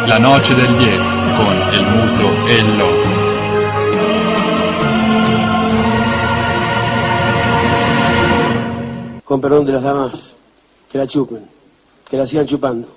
La noche del 10 con El Muto e el Loco. Con perdón de las damas, que la chupen, que la sigan chupando.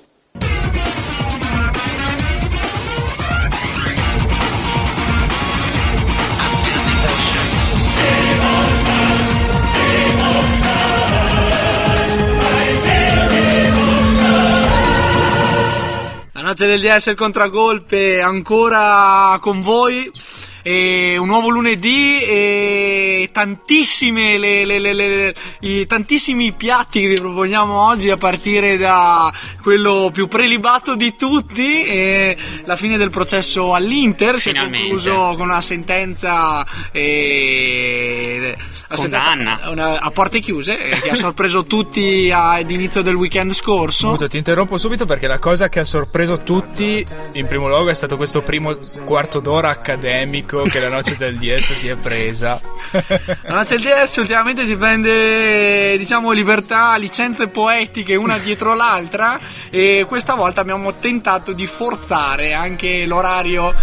La noce del DS, il contragolpe ancora con voi. E un nuovo lunedì e tantissime tantissimi piatti che vi proponiamo oggi, a partire da quello più prelibato di tutti, e la fine del processo all'Inter. Finalmente. Si è concluso con una sentenza condanna a porte chiuse, che ha sorpreso tutti ad inizio del weekend scorso. Muto, ti interrompo subito perché la cosa che ha sorpreso tutti in primo luogo è stato questo primo quarto d'ora accademico che la noce del DS si è presa. La noce del DS ultimamente si prende, diciamo, libertà, licenze poetiche una dietro l'altra, e questa volta abbiamo tentato di forzare anche l'orario,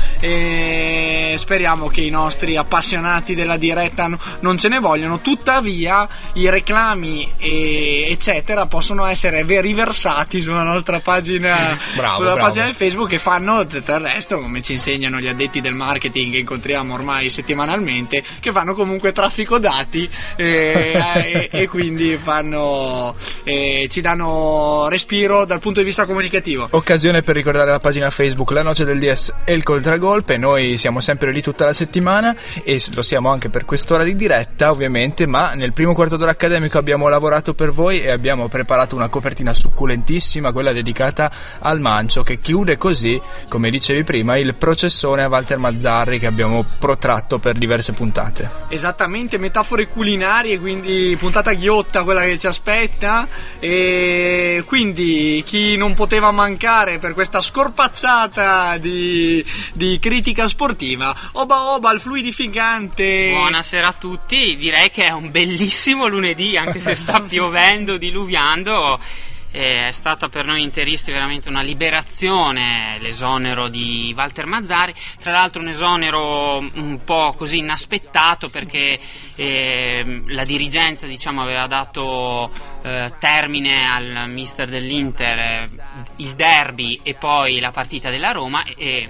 e speriamo che i nostri appassionati della diretta non ce ne vogliono. Tuttavia i reclami eccetera possono essere riversati sulla nostra pagina, pagina di Facebook, che fanno del resto, come ci insegnano gli addetti del marketing che incontriamo ormai settimanalmente, che fanno comunque traffico dati e quindi ci danno respiro dal punto di vista comunicativo. Occasione per ricordare la pagina Facebook La Noce del DS e il Contragolpe. Noi siamo sempre lì tutta la settimana e lo siamo anche per quest'ora di diretta, ovviamente, ma nel primo quarto d'ora accademico abbiamo lavorato per voi e abbiamo preparato una copertina succulentissima, quella dedicata al Mancio, che chiude così, come dicevi prima, il processone a Walter Mazzarri che abbiamo protratto per diverse puntate. Esattamente, metafore culinarie, quindi puntata ghiotta quella che ci aspetta, e quindi chi non poteva mancare per questa scorpacciata di critica sportiva, oba il fluidificante. Buonasera a tutti, direi che è un bellissimo lunedì, anche se sta piovendo, diluviando. È stata per noi interisti veramente una liberazione l'esonero di Walter Mazzarri, tra l'altro un esonero un po' così inaspettato, perché la dirigenza, diciamo, aveva dato termine al mister dell'Inter, il derby e poi la partita della Roma, e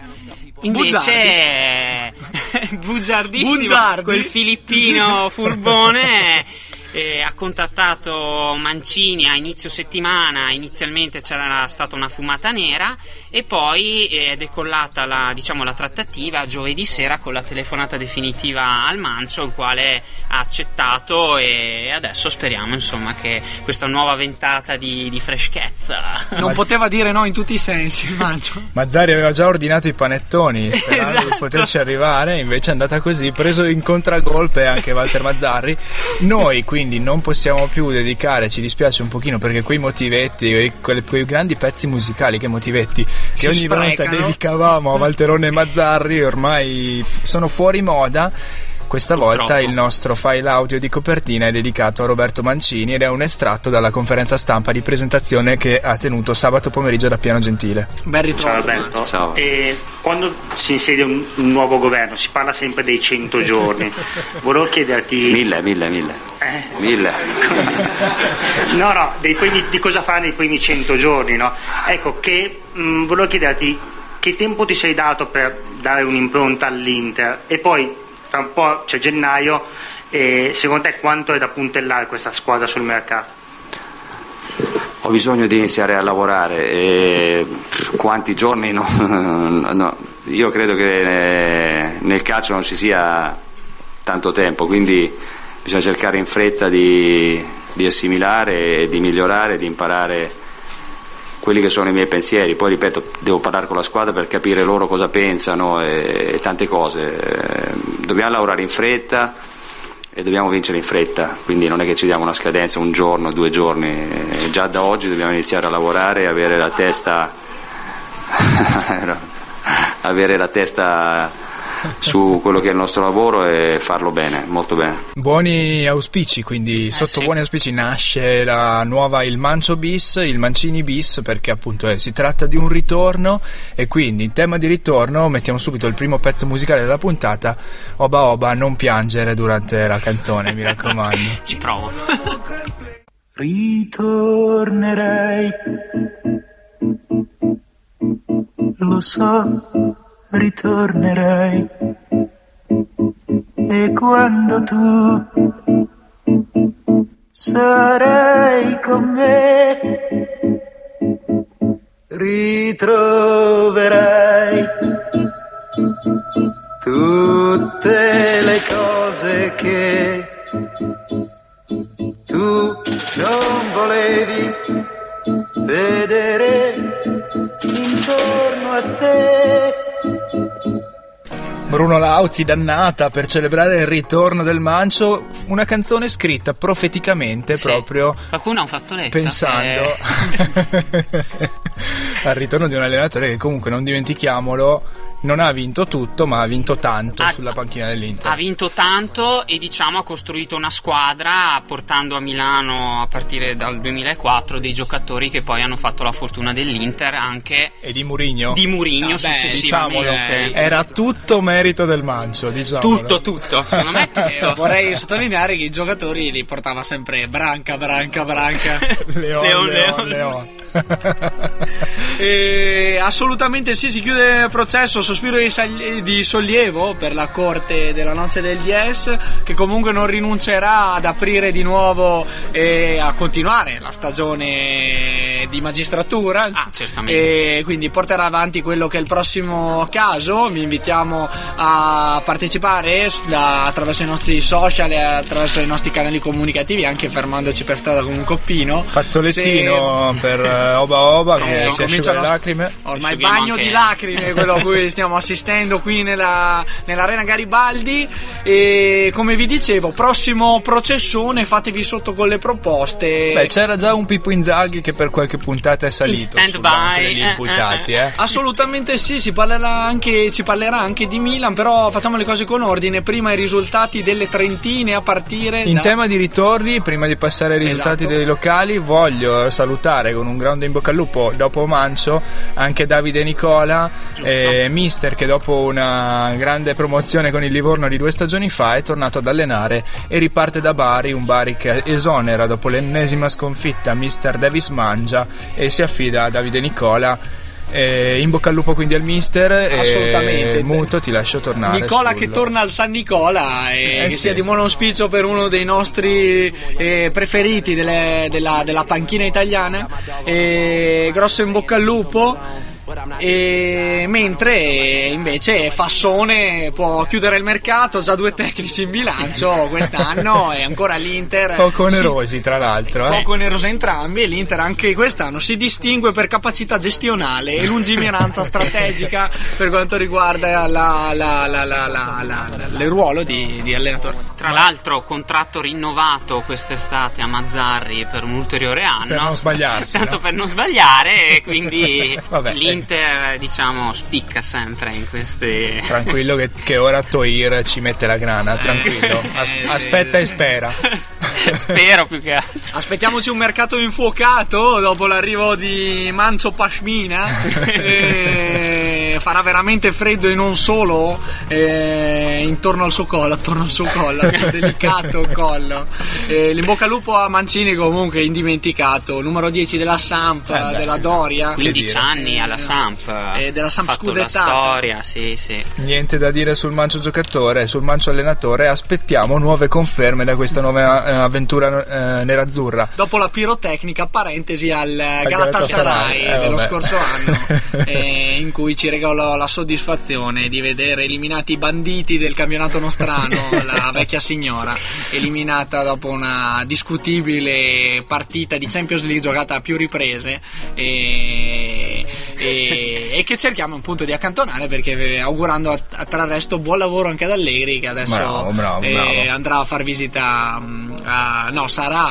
invece bugiardissimo quel filippino furbone ha contattato Mancini a inizio settimana. Inizialmente c'era stata una fumata nera e poi è decollata la trattativa giovedì sera con la telefonata definitiva al Mancio, il quale ha accettato, e adesso speriamo, insomma, che questa nuova ventata di freschezza non poteva dire no in tutti i sensi il Mancio. Mazzarri aveva già ordinato i panettoni sperando di poterci arrivare, invece è andata così, preso in contragolpe anche Walter Mazzarri. Noi quindi non possiamo più dedicare, ci dispiace un pochino, perché quei motivetti, quei grandi pezzi musicali, che motivetti che ogni volta dedicavamo a Walterone e Mazzarri, ormai sono fuori moda. Questa volta il nostro file audio di copertina è dedicato a Roberto Mancini ed è un estratto dalla conferenza stampa di presentazione che ha tenuto sabato pomeriggio da Piano Gentile. Ben ritrovato. Ciao Roberto. Ciao. Quando si insedia un nuovo governo si parla sempre dei 100 giorni. Volevo chiederti... Mille. 1000. No, di cosa fare nei primi 100 giorni, no? Ecco, volevo chiederti che tempo ti sei dato per dare un'impronta all'Inter, e poi tra un po' c'è gennaio, e secondo te quanto è da puntellare questa squadra sul mercato? Ho bisogno di iniziare a lavorare, quanti giorni no. Io credo che nel calcio non ci sia tanto tempo, quindi bisogna cercare in fretta di assimilare, di migliorare, di imparare quelli che sono i miei pensieri. Poi ripeto, devo parlare con la squadra per capire loro cosa pensano e tante cose. Dobbiamo lavorare in fretta e dobbiamo vincere in fretta, quindi non è che ci diamo una scadenza, un giorno, 2 giorni, già da oggi dobbiamo iniziare a lavorare e avere la testa su quello che è il nostro lavoro e farlo bene, molto bene. Buoni auspici, quindi sotto sì. buoni auspici nasce la nuova Il Mancio bis, il Mancini bis, perché appunto si tratta di un ritorno, e quindi in tema di ritorno mettiamo subito il primo pezzo musicale della puntata. Oba oba, non piangere durante la canzone, mi raccomando. Ci provo. Ritornerei, lo so, ritornerei, e quando tu sarai con me ritroverai tutte le cose che tu non volevi vedere intorno a te. Bruno Lauzi, Dannata, per celebrare il ritorno del Mancio, una canzone scritta profeticamente, Sì. proprio Qualcuno ha un fazzoletto. pensando al ritorno di un allenatore che comunque, non dimentichiamolo, non ha vinto tutto, ma ha vinto tanto sulla panchina dell'Inter. Ha vinto tanto e diciamo ha costruito una squadra, portando a Milano a partire dal 2004 dei giocatori che poi hanno fatto la fortuna dell'Inter, anche E di Mourinho. di Mourinho Diciamolo, successivamente. era tutto merito del Mancio, diciamolo. Tutto, secondo me tutto. Vorrei sottolineare che i giocatori li portava sempre Branca. Leon. E assolutamente sì, si chiude il processo, sospiro di sollievo per la corte della noce del DS, che comunque non rinuncerà ad aprire di nuovo e a continuare la stagione di magistratura. Certamente. E quindi porterà avanti quello che è il prossimo caso. Vi invitiamo a partecipare attraverso i nostri social e attraverso i nostri canali comunicativi, anche fermandoci per strada con un coppino. Fazzolettino per Oba Oba che si asciuga le lacrime. Ormai Asciughiamo bagno anche- di lacrime quello a cui stiamo assistendo qui nell'arena Garibaldi. E come vi dicevo, prossimo processone, fatevi sotto con le proposte. Beh, c'era già un Pippo Inzaghi che per qualche puntata è salito In sul banco stand-by. degli imputati, Assolutamente sì, si parlerà anche di Milan, però facciamo le cose con ordine. Prima i risultati delle Trentine a partire In da... tema di ritorni, prima di passare ai risultati Esatto. dei locali, voglio salutare con un grande in bocca al lupo dopo Mancio anche Davide Nicola, mister, che dopo una grande promozione con il Livorno di 2 stagioni fa è tornato ad allenare e riparte da Bari, un Bari che esonera dopo l'ennesima sconfitta mister Davis Mangia e si affida a Davide Nicola. In bocca al lupo quindi al mister. Assolutamente. Muto, ti lascio tornare. Nicola che torna al San Nicola e che sì. sia di buon auspicio per uno dei nostri preferiti della panchina italiana. Grosso in bocca al lupo. Mentre invece Fassone può chiudere il mercato, già 2 tecnici in bilancio quest'anno e ancora l'Inter Poco onerosi, tra l'altro. poco onerosi entrambi, e l'Inter anche quest'anno si distingue per capacità gestionale e lungimiranza strategica per quanto riguarda il ruolo di allenatore. Tra l'altro contratto rinnovato quest'estate a Mazzarri per un ulteriore anno, Per non sbagliarsi, tanto no? per non sbagliare, e quindi Vabbè, l'Inter diciamo spicca sempre in queste. Tranquillo che ora Toir ci mette la grana, tranquillo. Aspetta e spera. Spero più che altro. Aspettiamoci un mercato infuocato dopo l'arrivo di Mancio Pashmina. Farà veramente freddo, e non solo intorno al suo collo, attorno al suo collo, delicato collo. L'in bocca al lupo a Mancini, comunque indimenticato, numero 10 della Samp, della Doria. 15 anni alla Samp, della Samp ha fatto la scudettata. storia, sì. Niente da dire sul Mancio giocatore, sul Mancio allenatore. Aspettiamo nuove conferme da questa nuova avventura nerazzurra. Dopo la pirotecnica, parentesi al Galatasaray, Galatasaray dello vabbè. scorso anno, in cui ci regalò la soddisfazione di vedere eliminati i banditi del campionato nostrano, la vecchia signora, eliminata dopo una discutibile partita di Champions League giocata a più riprese, e che cerchiamo appunto di accantonare, perché augurando tra il resto buon lavoro anche ad Allegri, che adesso Bravo. andrà a far visita sarà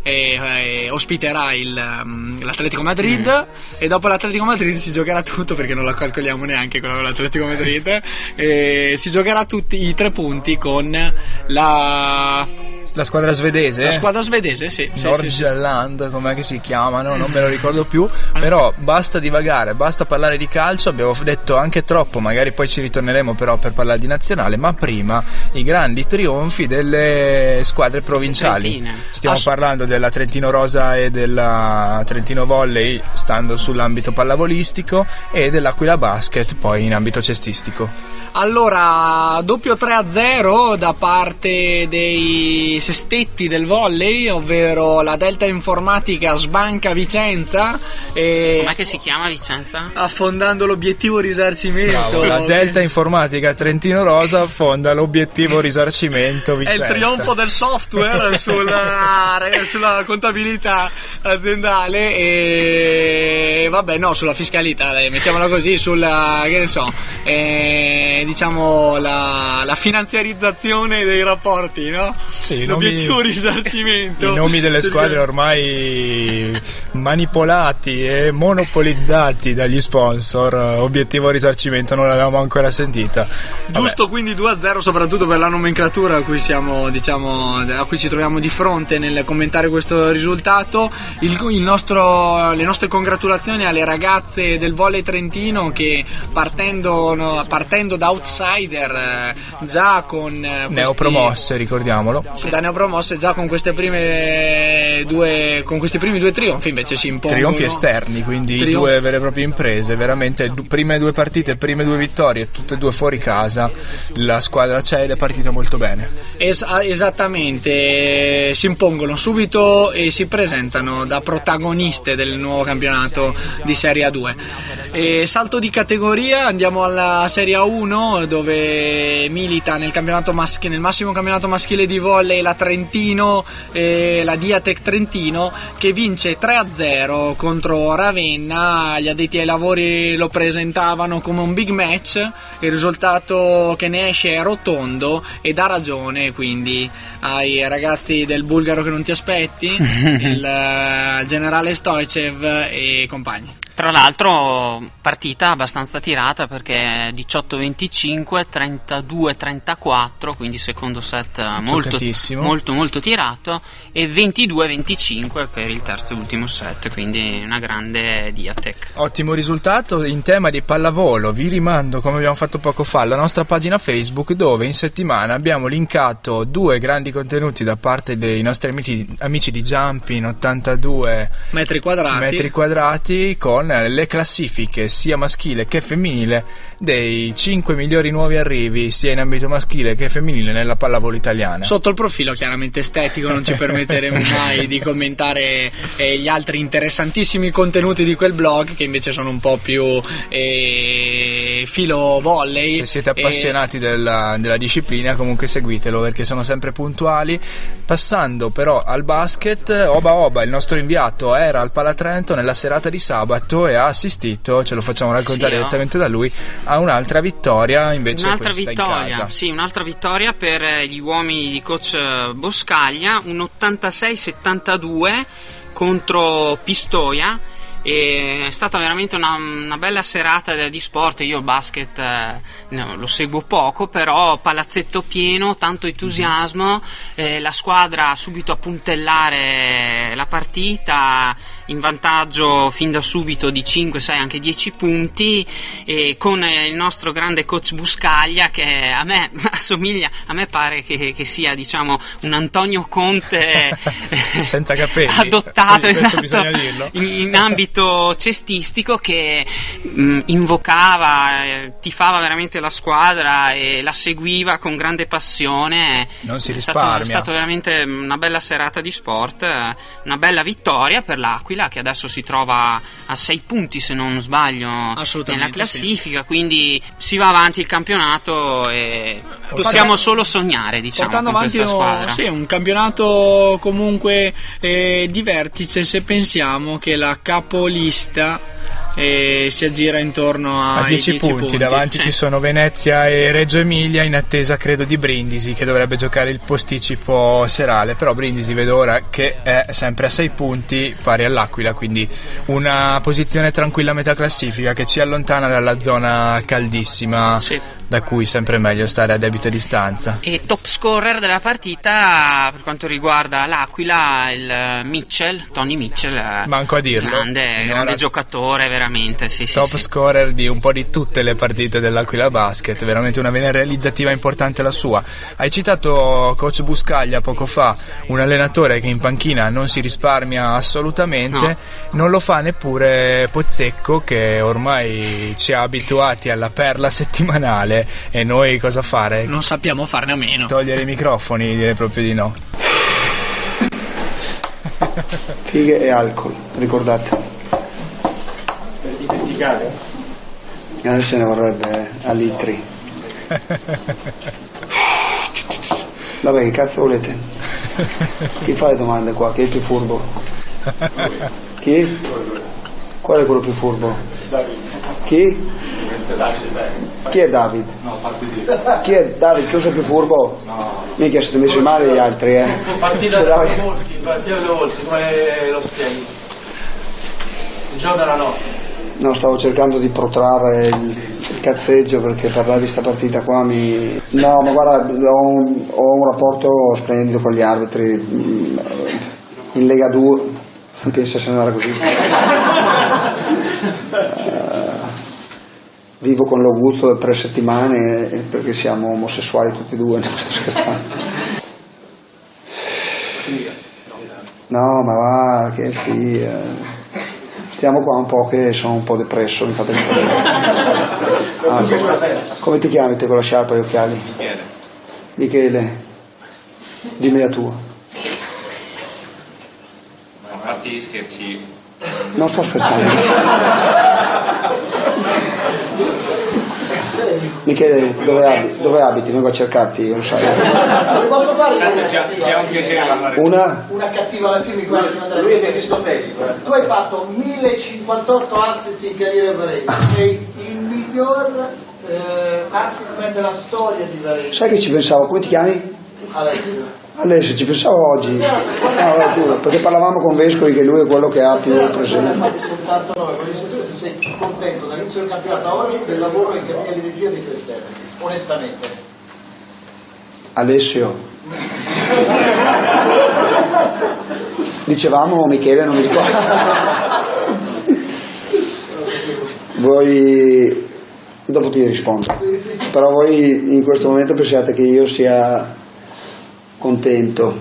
ospiterà l'Atletico Madrid, e dopo l'Atletico Madrid si giocherà tutto, perché non la calcoliamo neanche quella con l'Atletico Madrid, si giocherà tutti i 3 punti con la squadra svedese? La squadra svedese, sì. Nordsjælland, com'è che si chiamano? Non me lo ricordo più. Però basta divagare, basta parlare di calcio. Abbiamo detto anche troppo, magari poi ci ritorneremo però per parlare di nazionale. Ma prima i grandi trionfi delle squadre provinciali. Stiamo parlando della Trentino Rosa e della Trentino Volley, stando sull'ambito pallavolistico, e dell'Aquila Basket poi in ambito cestistico. Allora, doppio 3-0 da parte dei sestetti del volley, ovvero la Delta Informatica sbanca Vicenza. Com'è che si chiama Vicenza? Affondando l'obiettivo risarcimento. Bravo, la Delta Informatica Trentino Rosa affonda l'obiettivo risarcimento Vicenza. È il trionfo del software sulla contabilità aziendale e vabbè, no, sulla fiscalità, dai, mettiamola così, sulla, che ne so, diciamo la finanziarizzazione dei rapporti, no? Sì, l'obiettivo risarcimento. I nomi delle squadre ormai manipolati e monopolizzati dagli sponsor. Obiettivo risarcimento non l'avevamo ancora sentita. Giusto, quindi 2-0 soprattutto per la nomenclatura a cui siamo, diciamo, a cui ci troviamo di fronte nel commentare questo risultato. Le nostre congratulazioni alle ragazze del volley trentino che partendo da outsider, già con neopromosse, ricordiamolo. Da neopromosse, già con questi primi due trionfi invece si impongono. Trionfi esterni, quindi due vere e proprie imprese, veramente prime 2 partite, prime 2 vittorie, tutte e 2 fuori casa. La squadra c'è ed è partita molto bene. Esattamente, si impongono subito e si presentano da protagoniste del nuovo campionato di Serie A2. Salto di categoria, andiamo alla Serie A1, dove milita nel massimo campionato maschile di volley la Trentino, la Diatec Trentino, che vince 3-0 contro Ravenna. Gli addetti ai lavori lo presentavano come un big match, il risultato che ne esce è rotondo e dà ragione quindi ai ragazzi del bulgaro che non ti aspetti, il generale Stoicev e compagni. Tra l'altro partita abbastanza tirata, perché 18-25, 32-34, quindi secondo set molto tirato, e 22-25 per il terzo e ultimo set, quindi una grande Diatec. Ottimo risultato. In tema di pallavolo vi rimando, come abbiamo fatto poco fa, alla nostra pagina Facebook, dove in settimana abbiamo linkato 2 grandi contenuti da parte dei nostri amici di Jumping 82 metri quadrati con le classifiche sia maschile che femminile dei 5 migliori nuovi arrivi sia in ambito maschile che femminile nella pallavolo italiana. Sotto il profilo chiaramente estetico non ci permetteremo mai di commentare gli altri interessantissimi contenuti di quel blog, che invece sono un po' più filo volley. Se siete appassionati della disciplina, comunque seguitelo, perché sono sempre puntuali. Passando però al basket, Oba, il nostro inviato, era al Palatrento nella serata di sabato e ha assistito, ce lo facciamo raccontare direttamente da lui, a un'altra vittoria invece in casa. Sì, un'altra vittoria per gli uomini di coach Boscaglia, un 86-72 contro Pistoia. E è stata veramente una bella serata di sport. Io il basket lo seguo poco, però palazzetto pieno, tanto entusiasmo, la squadra subito a puntellare la partita, in vantaggio fin da subito di 5, 6, anche 10 punti, e con il nostro grande coach Buscaglia, che a me assomiglia, a me pare che sia, diciamo, un Antonio Conte senza capelli, adottato, esatto, bisogna dirlo, in ambito cestistico, che invocava, tifava veramente la squadra e la seguiva con grande passione. Non si risparmia. È stato veramente una bella serata di sport, una bella vittoria per l'Aquila, che adesso si trova a 6 punti se non sbaglio nella classifica, sì. Quindi si va avanti il campionato e possiamo solo sognare, diciamo, portando avanti questa squadra. Sì, un campionato comunque di vertice, se pensiamo che la capolista e si aggira intorno a 10 punti. Davanti ci sono Venezia e Reggio Emilia, in attesa credo di Brindisi, che dovrebbe giocare il posticipo serale, però Brindisi vedo ora che è sempre a 6 punti, pari all'Aquila, quindi una posizione tranquilla a metà classifica che ci allontana dalla zona caldissima, da cui sempre meglio stare a debita distanza. E top scorer della partita per quanto riguarda l'Aquila, il Tony Mitchell, manco a dirlo, grande giocatore veramente, top scorer di un po' di tutte le partite dell'Aquila Basket, veramente una vena realizzativa importante la sua. Hai citato coach Buscaglia poco fa, un allenatore che in panchina non si risparmia assolutamente, non lo fa neppure Pozzecco, che ormai ci ha abituati alla perla settimanale, e noi cosa fare? Non sappiamo farne a meno. Togliere i microfoni, dire proprio di no. Fighe e alcol, ricordate. Per dimenticare? Adesso ne vorrebbe a litri. Vabbè, che cazzo volete? Chi fa le domande qua? Chi è il più furbo? Chi? Qual è quello più furbo? Chi? Chi è David? Chi è David? Tu sei più furbo? No. Mica siete messi male gli altri, Partita due volti, come lo spieghi? Il giorno e la notte. No, stavo cercando di protrarre il cazzeggio, perché parlare di sta partita qua mi... No, ma guarda, ho un rapporto splendido con gli arbitri. In Lega 2 pensa se non era così. Vivo con l'Augusto da 3 settimane, perché siamo omosessuali tutti e due, non sto scherzando. No, ma va, che stiamo qua un po' che sono un po' depresso, mi fate un po'. Come ti chiami te con la sciarpa e gli occhiali? Michele, dimmi la tua. Ma a parte gli scherzi. Non sto scherzando. Michele, dove abiti? Vengo a cercarti, non sai. Posso fare un piacere una cattiva alla fine, lui è aristotelico. Tu hai fatto 1058 assist in carriera Varese, sei il miglior assist della storia di Varese. Sai che ci pensavo, come ti chiami? Alessio, ci pensavo oggi. No, giuro, perché parlavamo con Vescovi che lui è quello che ha più presenza. Soltanto 9, con se sei contento dall'inizio del campionato a oggi del lavoro in cabina di regia di quest'anno, onestamente. Alessio. Dicevamo Michele, non mi ricordo. Voi dopo ti rispondo. Però voi in questo momento pensiate che io sia contento.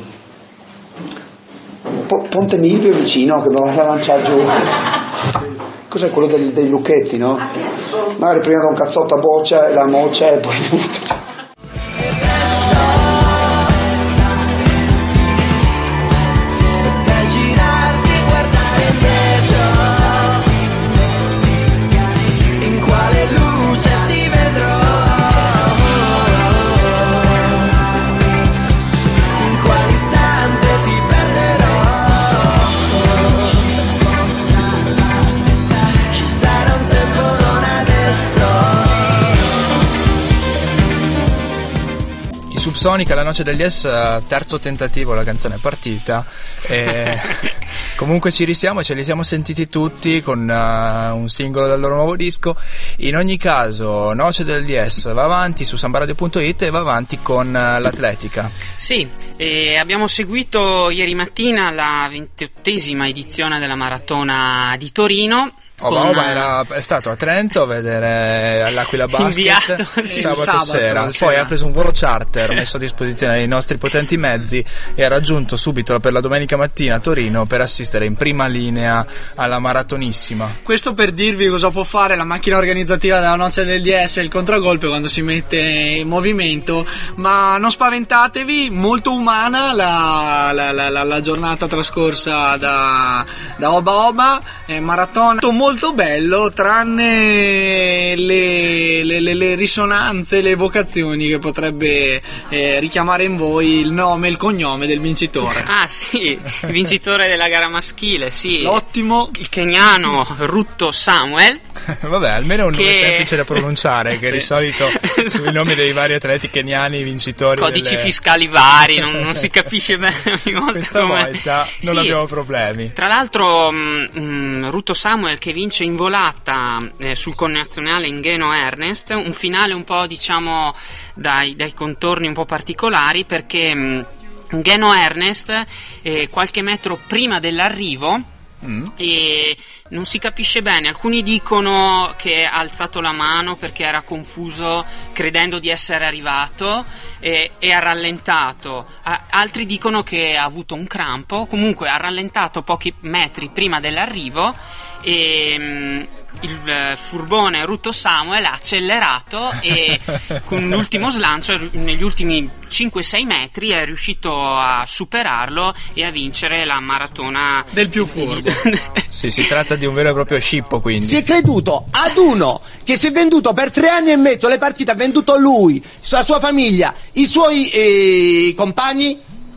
Ponte Milvio vicino che mi va a lanciare giù. Cos'è quello dei lucchetti, no? Magari prima da un cazzotto a boccia e la moccia e poi Subsonica, La noce degli S, terzo tentativo, la canzone è partita. Comunque ci risiamo, ce li siamo sentiti tutti con un singolo dal loro nuovo disco. In ogni caso, Noce del DS va avanti su sambaradio.it e va avanti con l'atletica. Sì, abbiamo seguito ieri mattina la 28esima edizione della maratona di Torino. È stato a Trento a vedere l'Aquila Basket sabato sera. Poi ha preso un volo charter messo a disposizione dei nostri potenti mezzi e ha raggiunto subito per la domenica mattina a Torino per assistere in prima linea alla maratonissima. Questo per dirvi cosa può fare la macchina organizzativa della noce del DS e il contragolpe quando si mette in movimento, ma non spaventatevi, molto umana la giornata trascorsa da Oba Oba, maratona molto molto bello, tranne le risonanze, le evocazioni che potrebbe richiamare in voi il nome e il cognome del vincitore. Ah sì, il vincitore della gara maschile, sì. L'ottimo, il keniano Rutto Samuel. Vabbè, almeno un nome semplice da pronunciare, che di solito sui nomi dei vari atleti keniani vincitori codici fiscali vari, non si capisce bene ogni volta. Questa volta non abbiamo problemi. Tra l'altro Rutto Samuel che vince in volata sul connazionale Ngeno Ernest, un finale un po' diciamo dai contorni un po' particolari, perché Ngeno Ernest qualche metro prima dell'arrivo e non si capisce bene, alcuni dicono che ha alzato la mano perché era confuso credendo di essere arrivato e ha rallentato, altri dicono che ha avuto un crampo, comunque ha rallentato pochi metri prima dell'arrivo e il furbone Rutto Samuel ha accelerato e con l'ultimo slancio negli ultimi 5-6 metri è riuscito a superarlo e a vincere la maratona del più furbo. Sì, si tratta di un vero e proprio scippo, quindi. Si è creduto ad uno che si è venduto per 3 anni e mezzo le partite, ha venduto lui, la sua famiglia, i suoi compagni,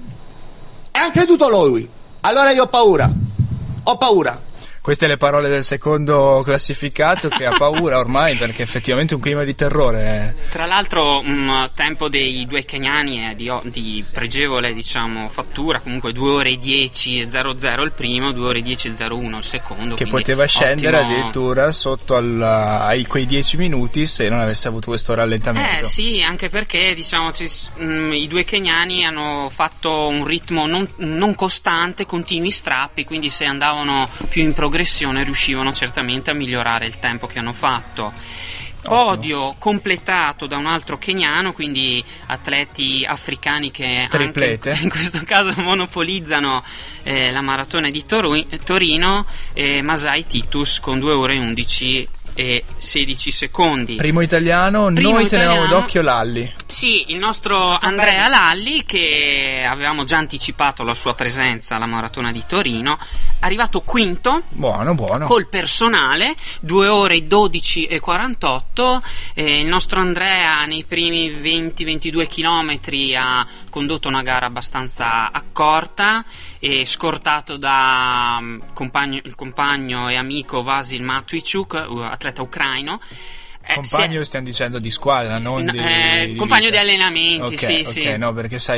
e ha creduto lui. Allora io ho paura. Queste le parole del secondo classificato, che ha paura ormai, perché effettivamente un clima di terrore. Tra l'altro un tempo dei due keniani è di pregevole diciamo fattura, comunque 2 ore e 10:00 il primo, 2 ore e 10:01 il secondo, che poteva scendere ottimo. Addirittura sotto ai quei 10 minuti se non avesse avuto questo rallentamento. Sì, anche perché diciamo i due keniani hanno fatto un ritmo non costante, continui strappi, quindi se andavano più in progressione riuscivano certamente a migliorare il tempo che hanno fatto. Podio completato da un altro keniano, quindi atleti africani che triplete anche in questo caso monopolizzano la maratona di Torino, Masai Titus con 2 ore e 11 e 16 secondi. Primo italiano. Noi tenevamo d'occhio Lalli. Sì, il nostro Andrea Lalli, che avevamo già anticipato la sua presenza alla maratona di Torino, arrivato quinto. Buono. Col personale, 2 ore 12 e 48. Il nostro Andrea nei primi 20-22 chilometri ha condotto una gara abbastanza accorta e scortato da il compagno e amico Vasil Matvichuk, atleta ucraino. Compagno stiamo dicendo di squadra, non di compagno di allenamenti, okay, sì. Ok, no, perché sai,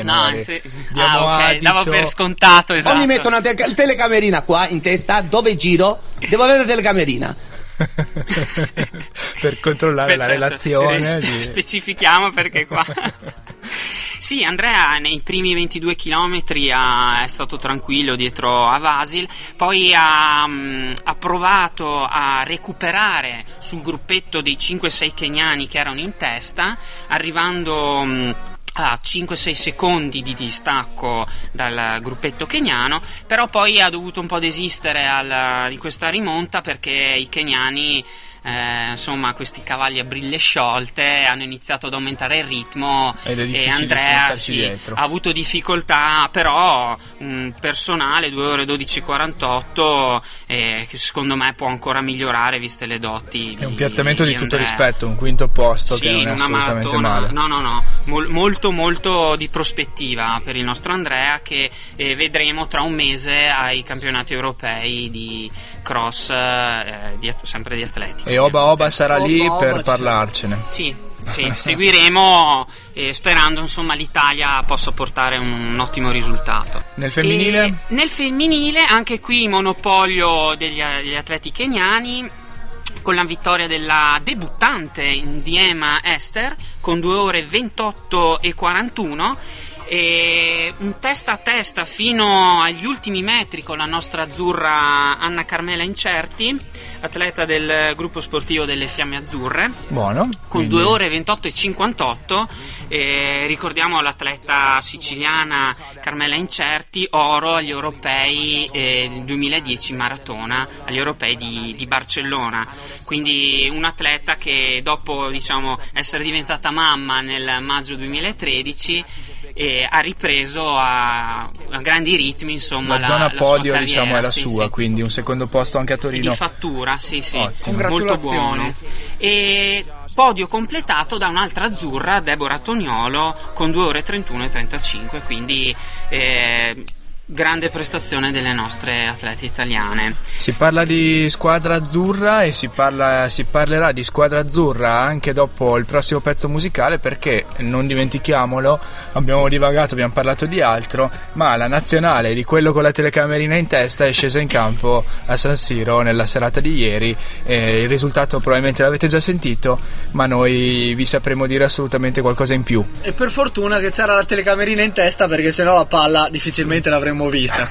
davo per scontato, esatto. O mi metto una telecamerina qua in testa, dove giro, devo avere la telecamerina. Per controllare la relazione. Specifichiamo perché qua. Sì, Andrea nei primi 22 chilometri è stato tranquillo dietro a Vasil, poi ha provato a recuperare sul gruppetto dei 5-6 keniani che erano in testa, arrivando a 5-6 secondi di distacco dal gruppetto keniano, però poi ha dovuto un po' desistere di questa rimonta perché i keniani insomma questi cavalli a brille sciolte hanno iniziato ad aumentare il ritmo e Andrea ha avuto difficoltà, però un personale 2 ore 12:48 che secondo me può ancora migliorare viste le doti. È un piazzamento di tutto rispetto, un quinto posto, sì, che non è assolutamente male. No, molto di prospettiva per il nostro Andrea, che vedremo tra un mese ai campionati europei di cross, sempre di atletica. E Oba sarà lì per parlarcene. Sì, seguiremo sperando insomma l'Italia possa portare un ottimo risultato. Nel femminile? Nel femminile anche qui monopolio degli atleti keniani, con la vittoria della debuttante Ndiema Esther con 2 ore 28 e 41 e un testa a testa fino agli ultimi metri con la nostra azzurra Anna Carmela Incerti, atleta del gruppo sportivo delle Fiamme Azzurre. Buono. Con 2 ore 28 e 58. Ricordiamo l'atleta siciliana Carmela Incerti, oro agli europei 2010 maratona agli europei di Barcellona. Quindi un atleta che dopo essere diventata mamma nel maggio 2013 ha ripreso a grandi ritmi, insomma la zona podio sua carriera, è la sua, quindi un secondo posto anche a Torino di fattura. addirittura, sì, Ottimo. molto buono. E podio completato da un'altra azzurra, Deborah Toniolo, con 2 ore 31 e 35, quindi grande prestazione delle nostre atlete italiane. Si parla di squadra azzurra e si parlerà di squadra azzurra anche dopo il prossimo pezzo musicale, perché non dimentichiamolo, abbiamo divagato, abbiamo parlato di altro, ma la nazionale di quello con la telecamerina in testa è scesa in campo a San Siro nella serata di ieri. Il risultato probabilmente l'avete già sentito, ma noi vi sapremo dire assolutamente qualcosa in più. E per fortuna che c'era la telecamerina in testa, perché sennò la palla difficilmente l'avremmo vista.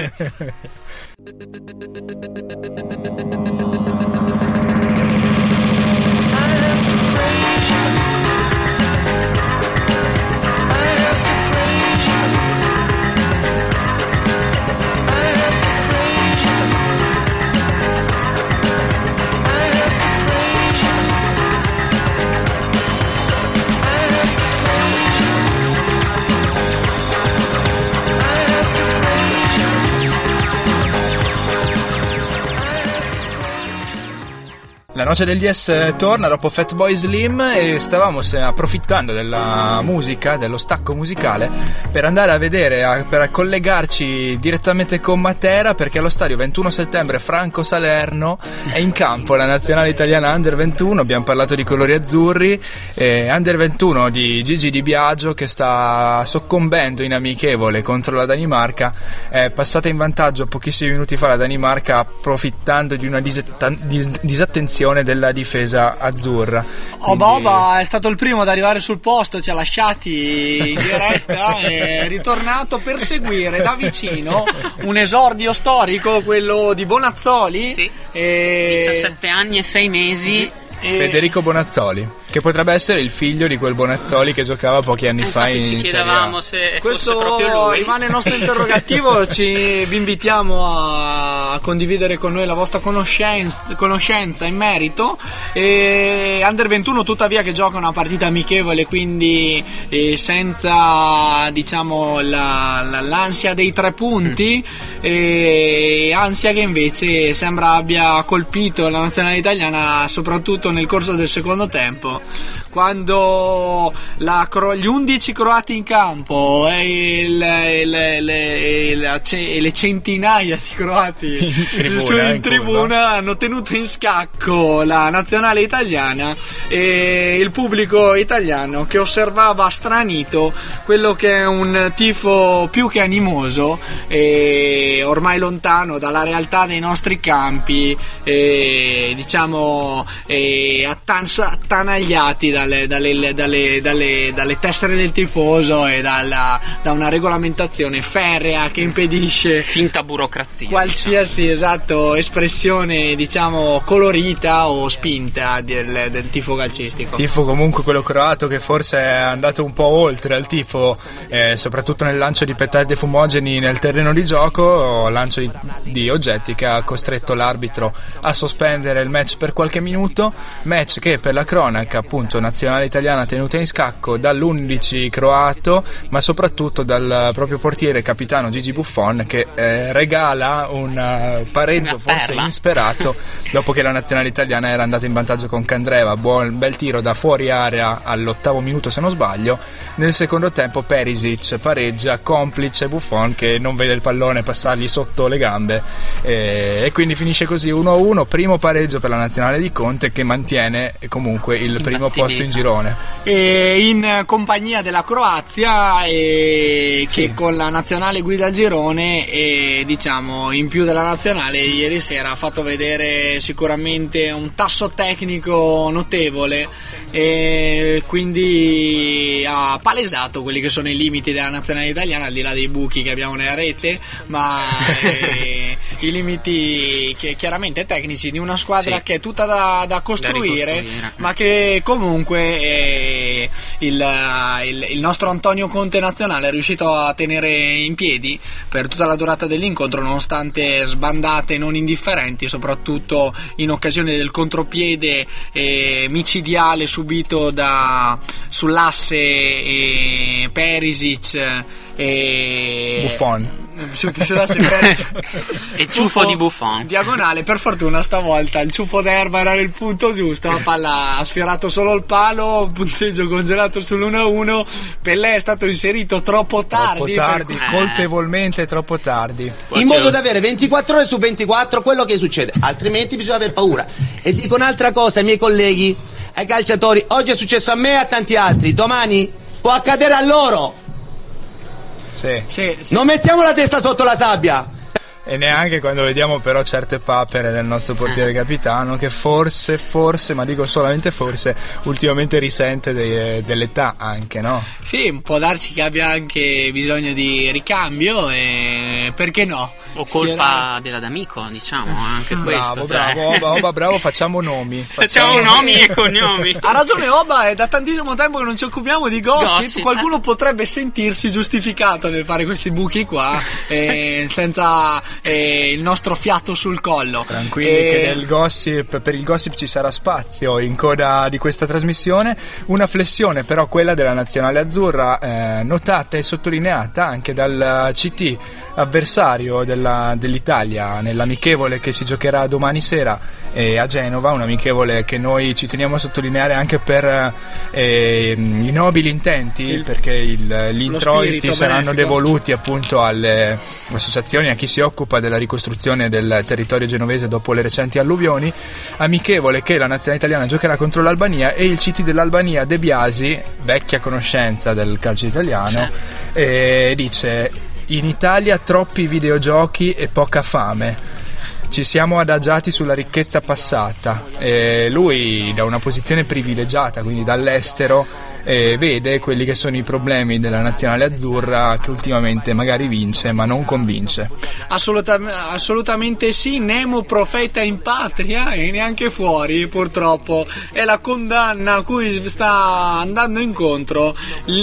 La Noce del DS torna dopo Fatboy Slim e stavamo approfittando della musica, dello stacco musicale, per andare a vedere, per collegarci direttamente con Matera, perché allo stadio 21 settembre Franco Salerno è in campo la nazionale italiana Under 21. Abbiamo parlato di colori azzurri, Under 21 di Gigi Di Biagio, che sta soccombendo in amichevole contro la Danimarca. È passata in vantaggio pochissimi minuti fa la Danimarca, approfittando di una disattenzione della difesa azzurra. Oba è stato il primo ad arrivare sul posto, ci ha lasciati in diretta e è ritornato per seguire da vicino un esordio storico, quello di Bonazzoli. Sì. 17 anni e 6 mesi. Federico Bonazzoli, che potrebbe essere il figlio di quel Bonazzoli che giocava pochi anni fa in ci chiedevamo Serie A. se questo fosse proprio lui. Rimane il nostro interrogativo. Vi invitiamo a condividere con noi la vostra conoscenza in merito. E Under 21 tuttavia che gioca una partita amichevole, quindi senza, diciamo, l'ansia dei 3 punti, ansia che invece sembra abbia colpito la nazionale italiana soprattutto nel corso del secondo tempo, quando gli 11 croati in campo e le centinaia di croati in tribuna hanno tenuto in scacco la nazionale italiana e il pubblico italiano che osservava stranito quello che è un tifo più che animoso e ormai lontano dalla realtà dei nostri campi, diciamo attanagliati dalle tessere del tifoso e da una regolamentazione ferrea che impedisce finta burocrazia, qualsiasi espressione, diciamo, colorita o spinta del tifo calcistico. Tifo comunque quello croato che forse è andato un po' oltre al tifo, soprattutto nel lancio di petardi fumogeni nel terreno di gioco, o lancio di oggetti, che ha costretto l'arbitro a sospendere il match per qualche minuto, match che per la cronaca, appunto, nazionale italiana tenuta in scacco dall'11 croato, ma soprattutto dal proprio portiere capitano Gigi Buffon, che regala un pareggio forse insperato dopo che la nazionale italiana era andata in vantaggio con Candreva. Bel tiro da fuori area all'8° minuto se non sbaglio. Nel secondo tempo Perisic pareggia, complice Buffon che non vede il pallone passargli sotto le gambe, e quindi finisce così 1-1, primo pareggio per la nazionale di Conte, che mantiene comunque il primo posto in girone, e in compagnia della Croazia, che con la nazionale guida il girone, e diciamo in più della nazionale ieri sera ha fatto vedere sicuramente un tasso tecnico notevole, e quindi ha palesato quelli che sono i limiti della nazionale italiana, al di là dei buchi che abbiamo nella rete, ma i limiti che chiaramente tecnici di una squadra che è tutta da costruire, ma che comunque il nostro Antonio Conte nazionale è riuscito a tenere in piedi per tutta la durata dell'incontro, nonostante sbandate non indifferenti, soprattutto in occasione del contropiede micidiale subito sull'asse Perisic e Buffon. sulla sequenza. E ciuffo di Buffon. Diagonale, per fortuna stavolta il ciuffo d'erba era nel punto giusto, la palla ha sfiorato solo il palo, punteggio congelato sull'1-1. Pelé è stato inserito troppo tardi, colpevolmente troppo tardi. In modo da avere 24 ore su 24 quello che succede, altrimenti bisogna aver paura. E dico un'altra cosa ai miei colleghi, ai calciatori: oggi è successo a me e a tanti altri, domani può accadere a loro. Sì. Non mettiamo la testa sotto la sabbia. E neanche quando vediamo però certe papere del nostro portiere capitano, che forse, ma dico solamente forse, ultimamente risente dell'età anche, no? Sì, può darsi che abbia anche bisogno di ricambio, e perché no? O colpa della D'Amico, diciamo, anche questo. Bravo, facciamo nomi. Facciamo nomi e cognomi. Ha ragione Oba, è da tantissimo tempo che non ci occupiamo di gossip. Qualcuno potrebbe sentirsi giustificato nel fare questi buchi qua, senza il nostro fiato sul collo. Tranquilli che per il gossip ci sarà spazio in coda di questa trasmissione. Una flessione però, quella della nazionale azzurra, notata e sottolineata anche dal CT avversario dell'Italia nell'amichevole che si giocherà domani sera a Genova, un amichevole che noi ci teniamo a sottolineare anche per i nobili intenti, perché gli introiti saranno devoluti appunto alle associazioni, a chi si occupa della ricostruzione del territorio genovese dopo le recenti alluvioni. Amichevole che la nazionale italiana giocherà contro l'Albania, e il CT dell'Albania, De Biasi, vecchia conoscenza del calcio italiano, dice: in Italia troppi videogiochi e poca fame. Ci siamo adagiati sulla ricchezza passata. Lui, da una posizione privilegiata, quindi dall'estero, vede quelli che sono i problemi della nazionale azzurra, che ultimamente magari vince ma non convince. Assolutamente sì. Nemo profeta in patria e neanche fuori, purtroppo. È la condanna a cui sta andando incontro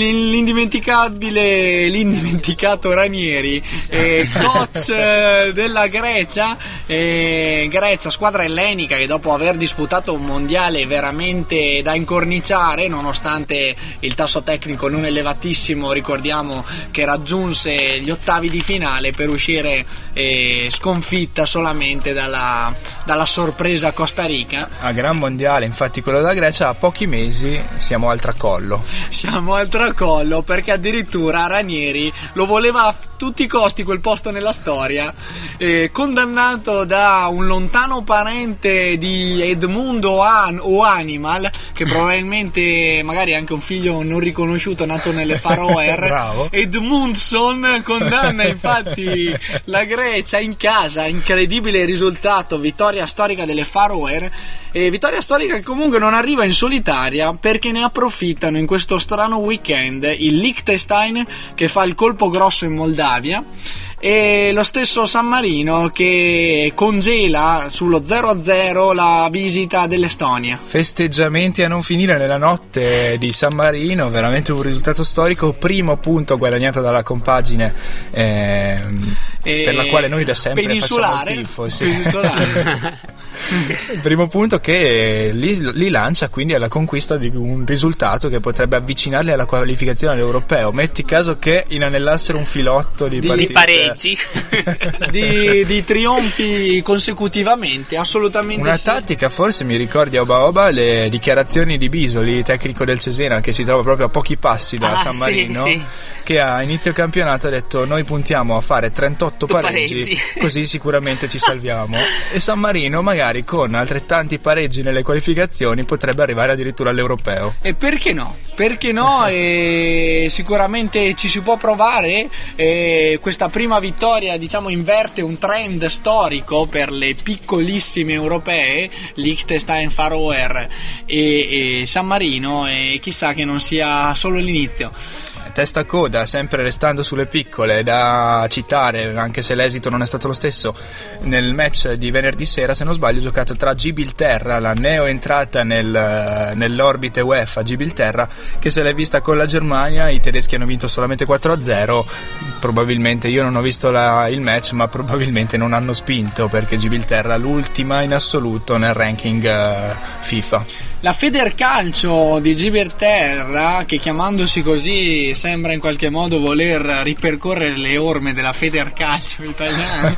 l'indimenticato Ranieri, coach della Grecia, squadra ellenica che dopo aver disputato un mondiale veramente da incorniciare, nonostante il tasso tecnico non elevatissimo, ricordiamo che raggiunse gli ottavi di finale per uscire sconfitta solamente dalla sorpresa Costa Rica. A gran mondiale, infatti quello della Grecia, a pochi mesi siamo al tracollo, perché addirittura Ranieri lo voleva a tutti i costi quel posto nella storia, condannato da un lontano parente di Edmundo o Animal, che probabilmente magari anche un figlio non riconosciuto nato nelle Faroe. Edmundson condanna infatti la Grecia in casa, incredibile risultato, vittoria storica delle Faroe, vittoria storica che comunque non arriva in solitaria, perché ne approfittano in questo strano weekend il Liechtenstein, che fa il colpo grosso in Moldavia, e lo stesso San Marino che congela sullo 0-0 la visita dell'Estonia. Festeggiamenti a non finire nella notte di San Marino, veramente un risultato storico, primo punto guadagnato dalla compagine per la quale noi da sempre facciamo il tifo. Il primo punto che li lancia quindi alla conquista di un risultato che potrebbe avvicinarli alla qualificazione all'europeo. Metti caso che inanellassero un filotto di pareggi, di trionfi consecutivamente, assolutamente. Una tattica, forse mi ricordi a Oba le dichiarazioni di Bisoli, tecnico del Cesena, che si trova proprio a pochi passi da San Marino, che a inizio campionato ha detto: noi puntiamo a fare 38 pareggi, così sicuramente ci salviamo. E San Marino magari con altrettanti pareggi nelle qualificazioni potrebbe arrivare addirittura all'europeo. E perché no? E sicuramente ci si può provare. Questa prima vittoria, diciamo, inverte un trend storico per le piccolissime europee, Liechtenstein, Faroe e San Marino, e chissà che non sia solo l'inizio. Testa coda, sempre restando sulle piccole, da citare, anche se l'esito non è stato lo stesso, nel match di venerdì sera, se non sbaglio, giocato tra Gibilterra, la neo entrata nell'orbite UEFA, Gibilterra, che se l'è vista con la Germania. I tedeschi hanno vinto solamente 4-0, probabilmente, io non ho visto il match, ma probabilmente non hanno spinto, perché Gibilterra l'ultima in assoluto nel ranking FIFA. La Federcalcio di Gibilterra, che chiamandosi così sembra in qualche modo voler ripercorrere le orme della Federcalcio italiana,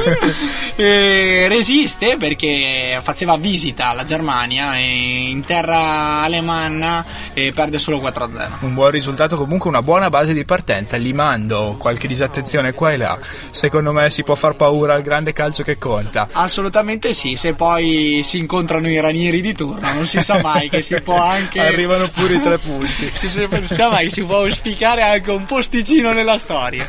resiste perché faceva visita alla Germania e in terra alemanna perde solo 4-0. Un buon risultato, comunque una buona base di partenza, limando qualche disattenzione qua e là. Secondo me si può far paura al grande calcio che conta. Assolutamente sì, se poi si incontrano i ranieri di turno non si sa mai che si può anche arrivano pure i 3 punti. Si sa mai, si può auspicare anche un posticino nella storia.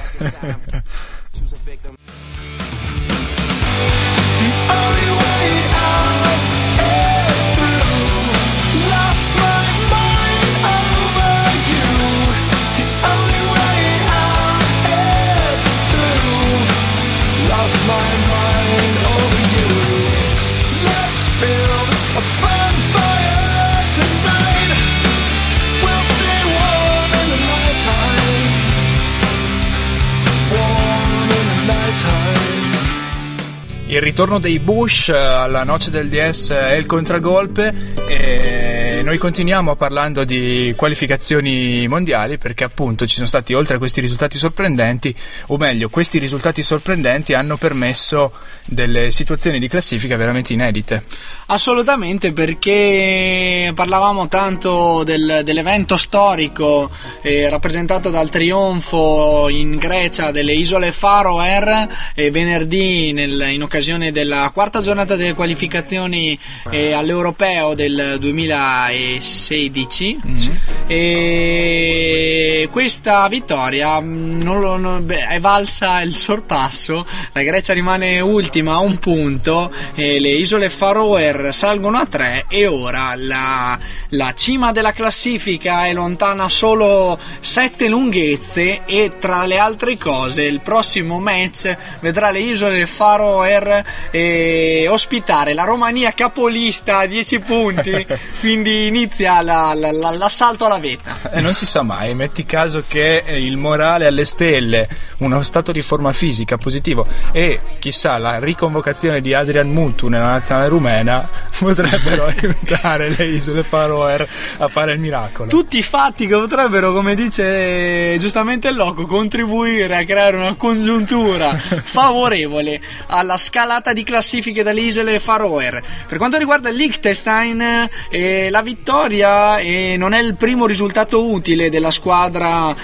Il ritorno dei Bush alla noce del DS è il contragolpe e noi continuiamo parlando di qualificazioni mondiali, perché appunto ci sono stati, oltre a questi risultati sorprendenti, o meglio questi risultati sorprendenti hanno permesso delle situazioni di classifica veramente inedite. Assolutamente, perché parlavamo tanto dell'evento storico rappresentato dal trionfo in Grecia delle isole Faroe venerdì in occasione della quarta giornata delle qualificazioni all'Europeo del 2016. E questa vittoria è valsa il sorpasso. La Grecia rimane ultima a un punto, le isole Faroe salgono a 3 e ora la cima della classifica è lontana solo 7 lunghezze, e tra le altre cose il prossimo match vedrà le isole Faroe ospitare la Romania capolista a 10 punti, quindi inizia l'assalto alla vetta. E non si sa mai, metti caso che il morale alle stelle, uno stato di forma fisica positivo e chissà la riconvocazione di Adrian Mutu nella nazionale rumena potrebbero aiutare le isole Faroe a fare il miracolo. Tutti i fatti che potrebbero, come dice giustamente il Loco, contribuire a creare una congiuntura favorevole alla scalata di classifiche dalle isole Faroe. Per quanto riguarda il Liechtenstein, la vittoria non è il primo risultato utile della squadra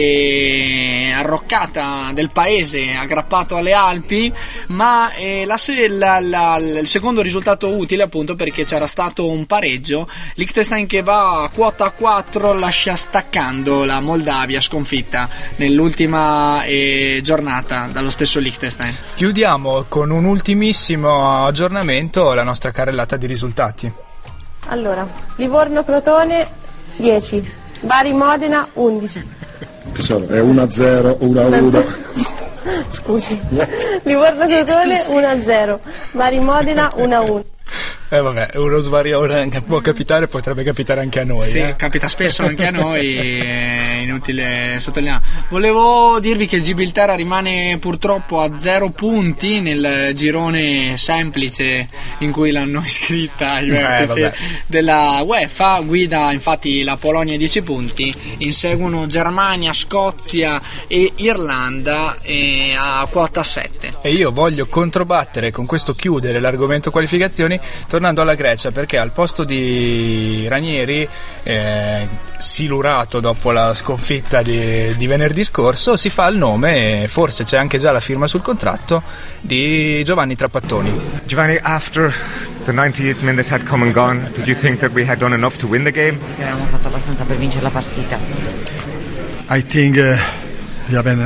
arroccata del paese aggrappato alle Alpi, ma il secondo risultato utile, appunto perché c'era stato un pareggio. Liechtenstein che va a quota 4 lascia staccando la Moldavia sconfitta nell'ultima giornata dallo stesso Liechtenstein. Chiudiamo con un ultimissimo aggiornamento, la nostra carrellata di risultati. Allora, Livorno-Crotone 10, Bari-Modena 11. È 1-0, 1-1. Scusi. Livorno-Crotone 1-0, Bari-Modena 1-1. Vabbè, uno svarione può capitare, potrebbe capitare anche a noi. Sì, capita spesso anche a noi, è inutile sottolineare. Volevo dirvi che il Gibilterra rimane purtroppo a 0 punti nel girone semplice in cui l'hanno iscritta ai vertici della UEFA. Guida infatti la Polonia 10 punti, inseguono Germania, Scozia e Irlanda a quota 7. E io voglio controbattere con questo, chiudere l'argomento qualificazioni tornando alla Grecia, perché al posto di Ranieri, silurato dopo la sconfitta di venerdì scorso, si fa il nome, e forse c'è anche già la firma sul contratto, di Giovanni Trapattoni. Giovanni, after the 98th minute had come and gone, did you think that we had done enough to win the game? Che avevamo fatto abbastanza per vincere la partita. I think wir haben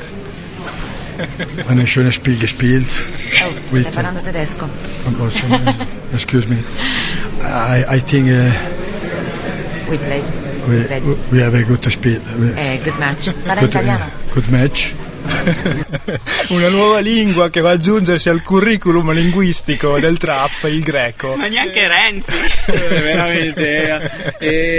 ein schönes Spiel gespielt. Stai parlando tedesco? Excuse me. I think we played. We have a good spiel. Good match. Parla in italiano. Good match. Una nuova lingua che va ad aggiungersi al curriculum linguistico del trap, il greco. Ma neanche Renzi. Veramente.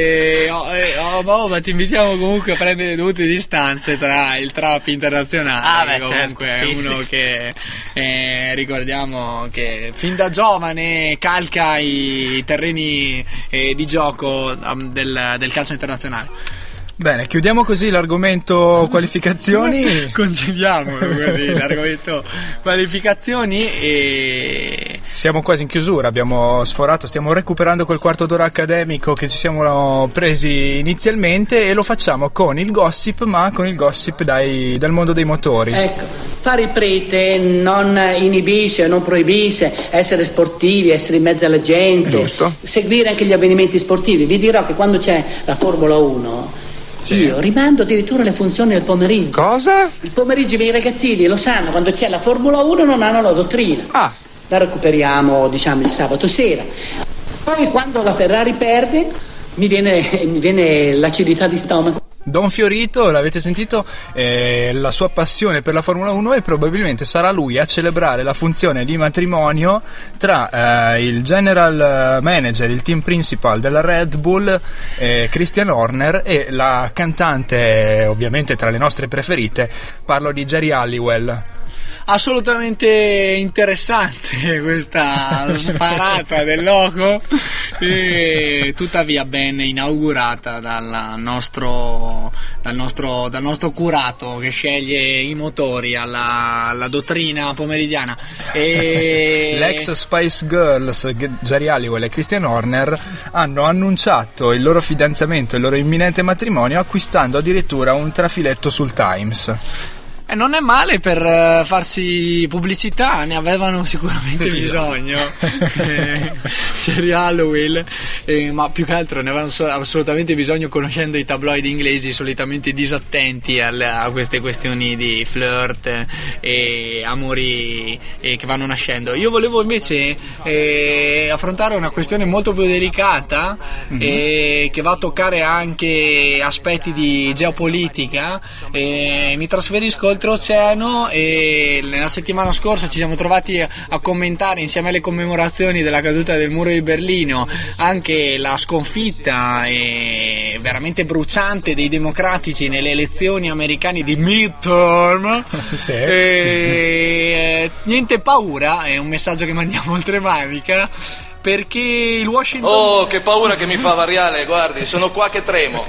Ma ti invitiamo comunque a prendere le dovute distanze tra il trap internazionale. Comunque certo, è uno che ricordiamo che fin da giovane calca i terreni di gioco del calcio internazionale. Bene, chiudiamo così l'argomento qualificazioni. Concediamo così l'argomento qualificazioni e siamo quasi in chiusura, abbiamo sforato, stiamo recuperando quel quarto d'ora accademico che ci siamo presi inizialmente e lo facciamo con il gossip, ma con il gossip dal mondo dei motori. Ecco, fare il prete, non inibisce, non proibisce, essere sportivi, essere in mezzo alla gente, giusto, seguire anche gli avvenimenti sportivi. Vi dirò che quando c'è la Formula 1 io rimando addirittura le funzioni del pomeriggio. Cosa? Il pomeriggio i miei ragazzini lo sanno, quando c'è la Formula 1 non hanno la dottrina. La recuperiamo, diciamo, il sabato sera. Poi quando la Ferrari perde mi viene l'acidità di stomaco. Don Fiorito, l'avete sentito, la sua passione per la Formula 1 e probabilmente sarà lui a celebrare la funzione di matrimonio tra il general manager, il team principal della Red Bull, Christian Horner, e la cantante ovviamente tra le nostre preferite, parlo di Geri Halliwell. Assolutamente interessante questa sparata del loco, e tuttavia ben inaugurata dal nostro curato che sceglie i motori alla dottrina pomeridiana. E l'ex Spice Girls Geri Halliwell e Christian Horner hanno annunciato il loro fidanzamento e il loro imminente matrimonio acquistando addirittura un trafiletto sul Times. Non è male per farsi pubblicità, ne avevano sicuramente bisogno. Geri Halliwell, ma più che altro ne avevano assolutamente bisogno, conoscendo i tabloid inglesi solitamente disattenti a queste questioni di flirt e amori che vanno nascendo. Io volevo invece affrontare una questione molto più delicata, che va a toccare anche aspetti di geopolitica. Mi trasferisco oltreoceano e nella settimana scorsa ci siamo trovati a commentare, insieme alle commemorazioni della caduta del muro di Berlino, anche la sconfitta veramente bruciante dei democratici nelle elezioni americane di midterm. Niente paura, è un messaggio che mandiamo oltre Manica, perché il Washington... Oh, che paura che mi fa Variale, guardi, sono qua che tremo.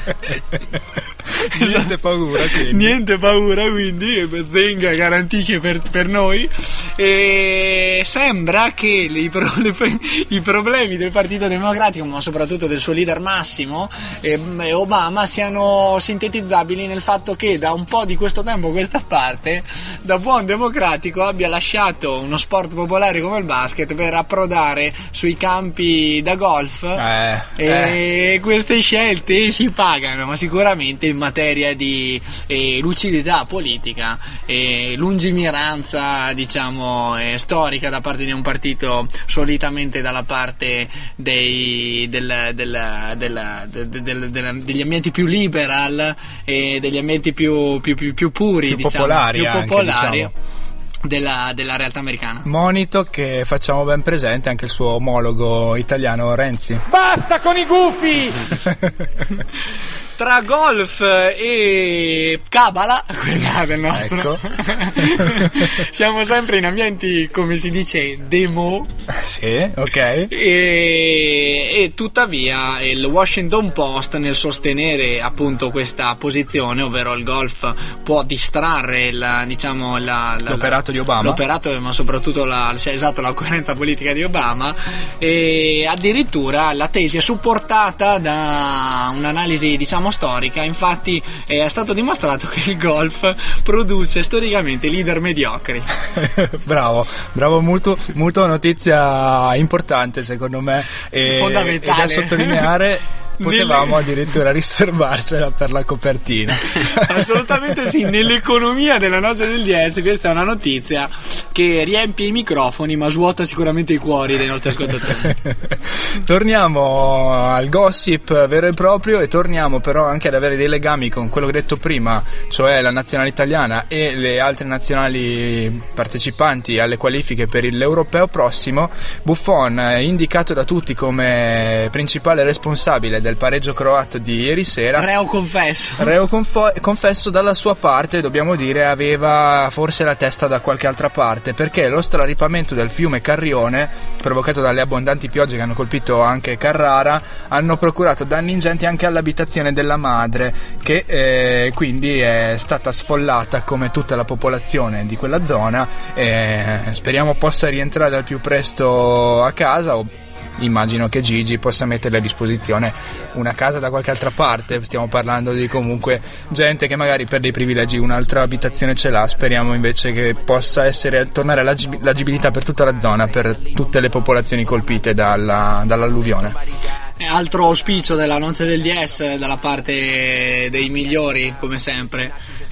Niente paura, quindi Zenga garantisce per noi. E sembra che i problemi del Partito Democratico, ma soprattutto del suo leader massimo, Obama, siano sintetizzabili nel fatto che da un po' di questo tempo a questa parte, da buon democratico, abbia lasciato uno sport popolare come il basket per approdare sui campi da golf. E queste scelte si pagano, ma sicuramente in materia di lucidità politica e lungimiranza, diciamo, storica da parte di un partito solitamente dalla parte degli ambienti più liberal e degli ambienti più puri, più popolari, diciamo. Della realtà americana. Monito che facciamo ben presente anche il suo omologo italiano Renzi. Basta con i gufi! Tra golf e cabala, quella del nostro, siamo sempre in ambienti, come si dice, demo. Sì, ok. E tuttavia il Washington Post, nel sostenere appunto questa posizione, ovvero il golf può distrarre l'operato di Obama, ma soprattutto la coerenza politica di Obama, e addirittura la tesi è supportata da un'analisi, diciamo, storica. Infatti è stato dimostrato che il golf produce storicamente leader mediocri. bravo Muto, notizia importante secondo me, fondamentale, e da sottolineare. Potevamo addirittura riservarcela per la copertina. Assolutamente sì, nell'economia della noce del DS questa è una notizia che riempie i microfoni ma svuota sicuramente i cuori dei nostri ascoltatori. Torniamo al gossip vero e proprio, e torniamo però anche ad avere dei legami con quello che ho detto prima, cioè la nazionale italiana e le altre nazionali partecipanti alle qualifiche per l'Europeo prossimo. Buffon, indicato da tutti come principale responsabile del pareggio croato di ieri sera, reo confesso, dalla sua parte dobbiamo dire aveva forse la testa da qualche altra parte, perché lo straripamento del fiume Carrione provocato dalle abbondanti piogge che hanno colpito anche Carrara hanno procurato danni ingenti anche all'abitazione della madre, che quindi è stata sfollata come tutta la popolazione di quella zona. Speriamo possa rientrare al più presto a casa, o immagino che Gigi possa metterle a disposizione una casa da qualche altra parte. Stiamo parlando di comunque gente che magari per dei privilegi un'altra abitazione ce l'ha. Speriamo invece che possa tornare l'agibilità per tutta la zona, per tutte le popolazioni colpite dall'alluvione. Altro auspicio della noce del DS dalla parte dei migliori, come sempre.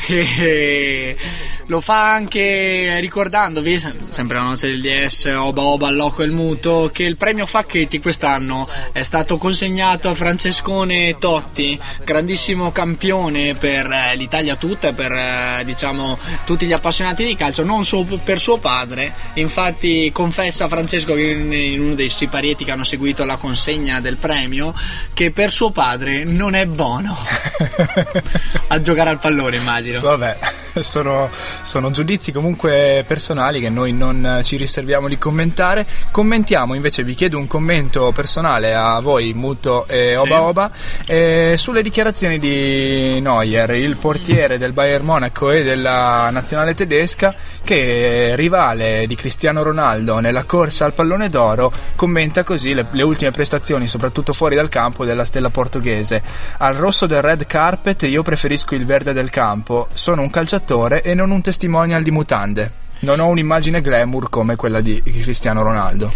Lo fa anche ricordandovi, sempre la noce del DS, Oba Oba al loco e il muto, che il premio Facchetti quest'anno è stato consegnato a Francescone Totti, grandissimo campione per l'Italia tutta e per diciamo tutti gli appassionati di calcio, non solo per suo padre. Infatti confessa Francesco in uno dei siparieti che hanno seguito la consegna del premio che per suo padre non è buono a giocare al pallone, immagino. Vabbè, sono giudizi comunque personali che noi non ci riserviamo di commentare. Commentiamo invece, vi chiedo un commento personale a voi, Muto e Oba Oba, sulle dichiarazioni di Neuer, il portiere del Bayern Monaco e della nazionale tedesca, che rivale di Cristiano Ronaldo nella corsa al pallone d'oro. Commenta così le ultime prestazioni, soprattutto fuori dal campo, della stella portoghese: al rosso del red carpet io preferisco il verde del campo, sono un calciatore e non un testimonial di mutande, non ho un'immagine glamour come quella di Cristiano Ronaldo.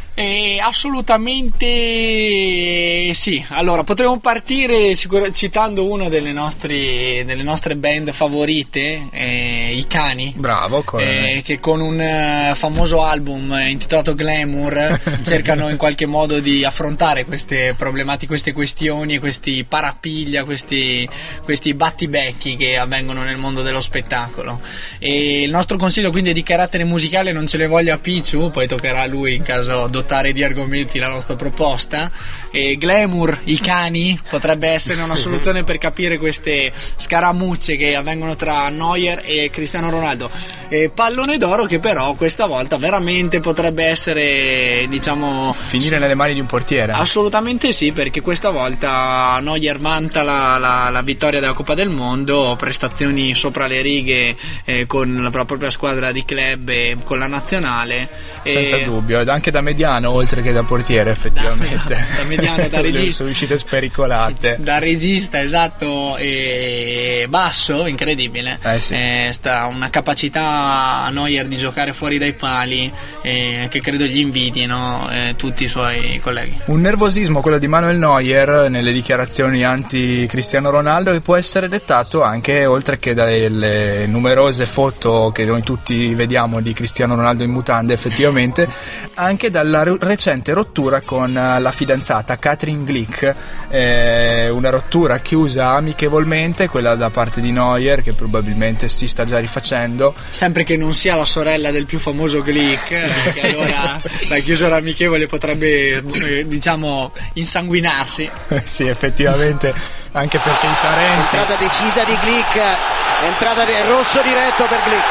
Assolutamente sì. Allora potremmo partire citando una delle nostre band favorite, i Cani. Bravo, che con un famoso album intitolato Glamour cercano in qualche modo di affrontare queste problematiche, queste questioni e questi parapiglia, questi battibecchi che avvengono nel mondo dello spettacolo. E il nostro consiglio quindi è di carattere musicale, non ce le voglia Picciu, poi toccherà a lui in caso dotare di argomenti la nostra proposta. Glamour, i Cani potrebbe essere una soluzione per capire queste scaramucce che avvengono tra Neuer e Cristiano Ronaldo. Pallone d'oro che però questa volta veramente potrebbe essere, diciamo, finire nelle mani di un portiere. Assolutamente sì, perché questa volta Neuer vanta la vittoria della Coppa del Mondo, prestazioni sopra le righe con la propria squadra di club e con la nazionale. Senza dubbio, ed anche da mediano oltre che da portiere, effettivamente. Da mediano, da regista. Sono uscite spericolate. Da regista, esatto, e basso, incredibile. Sì. Sta una capacità a Neuer di giocare fuori dai pali che credo gli invidino tutti i suoi colleghi. Un nervosismo, quello di Manuel Neuer nelle dichiarazioni anti Cristiano Ronaldo, che può essere dettato anche, oltre che dalle numerose foto che noi tutti vediamo di Cristiano Ronaldo in mutande, effettivamente anche dalla recente rottura con la fidanzata Katrin Glick, una rottura chiusa amichevolmente, quella da parte di Neuer, che probabilmente si sta già rifacendo, sempre che non sia la sorella del più famoso Glick, che allora la chiusura amichevole potrebbe diciamo insanguinarsi. Sì, effettivamente, anche perché i parenti. Entrata decisa di Glick, rosso diretto per Glick,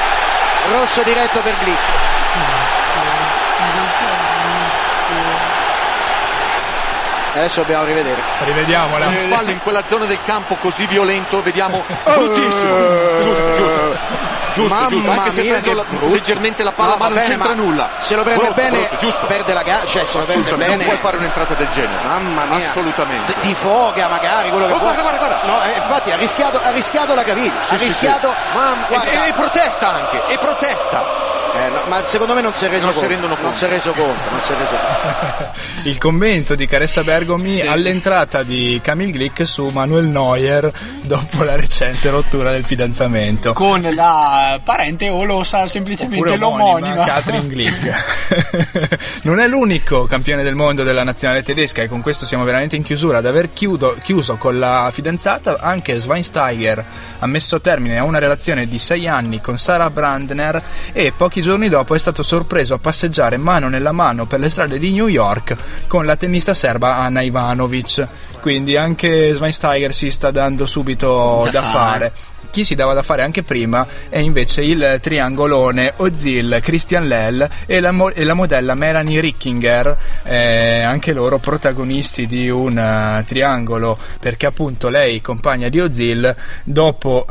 Adesso dobbiamo rivediamola. Un fallo in quella zona del campo così violento, vediamo, bruttissimo. Giusto, anche se ha preso leggermente la palla, ma non c'entra nulla. Se lo prende bene, giusto. Perde la gara, cioè se lo prende bene. Non puoi fare un'entrata del genere. Mamma mia. Assolutamente. Di foga magari, quello che vuoi. Guarda. No, infatti ha rischiato la caviglia. Sì. E protesta anche, ma secondo me non si è reso conto. Non si è reso conto. Il commento di Caressa Bergomi all'entrata di Camille Glick su Manuel Neuer dopo la recente rottura del fidanzamento con la parente o lo sa semplicemente l'omonima Katrin Glick. Non è l'unico campione del mondo della nazionale tedesca, e con questo siamo veramente in chiusura, ad aver chiuso con la fidanzata. Anche Schweinsteiger ha messo termine a una relazione di 6 anni con Sarah Brandner e pochi giorni dopo è stato sorpreso a passeggiare mano nella mano per le strade di New York con la tennista serba Ana Ivanovic. Quindi anche Schweinsteiger si sta dando subito da fare. Chi si dava da fare anche prima è invece il triangolone Özil, Christian Lell e la modella Melanie Rickinger, anche loro protagonisti di un triangolo, perché appunto lei, compagna di Özil, dopo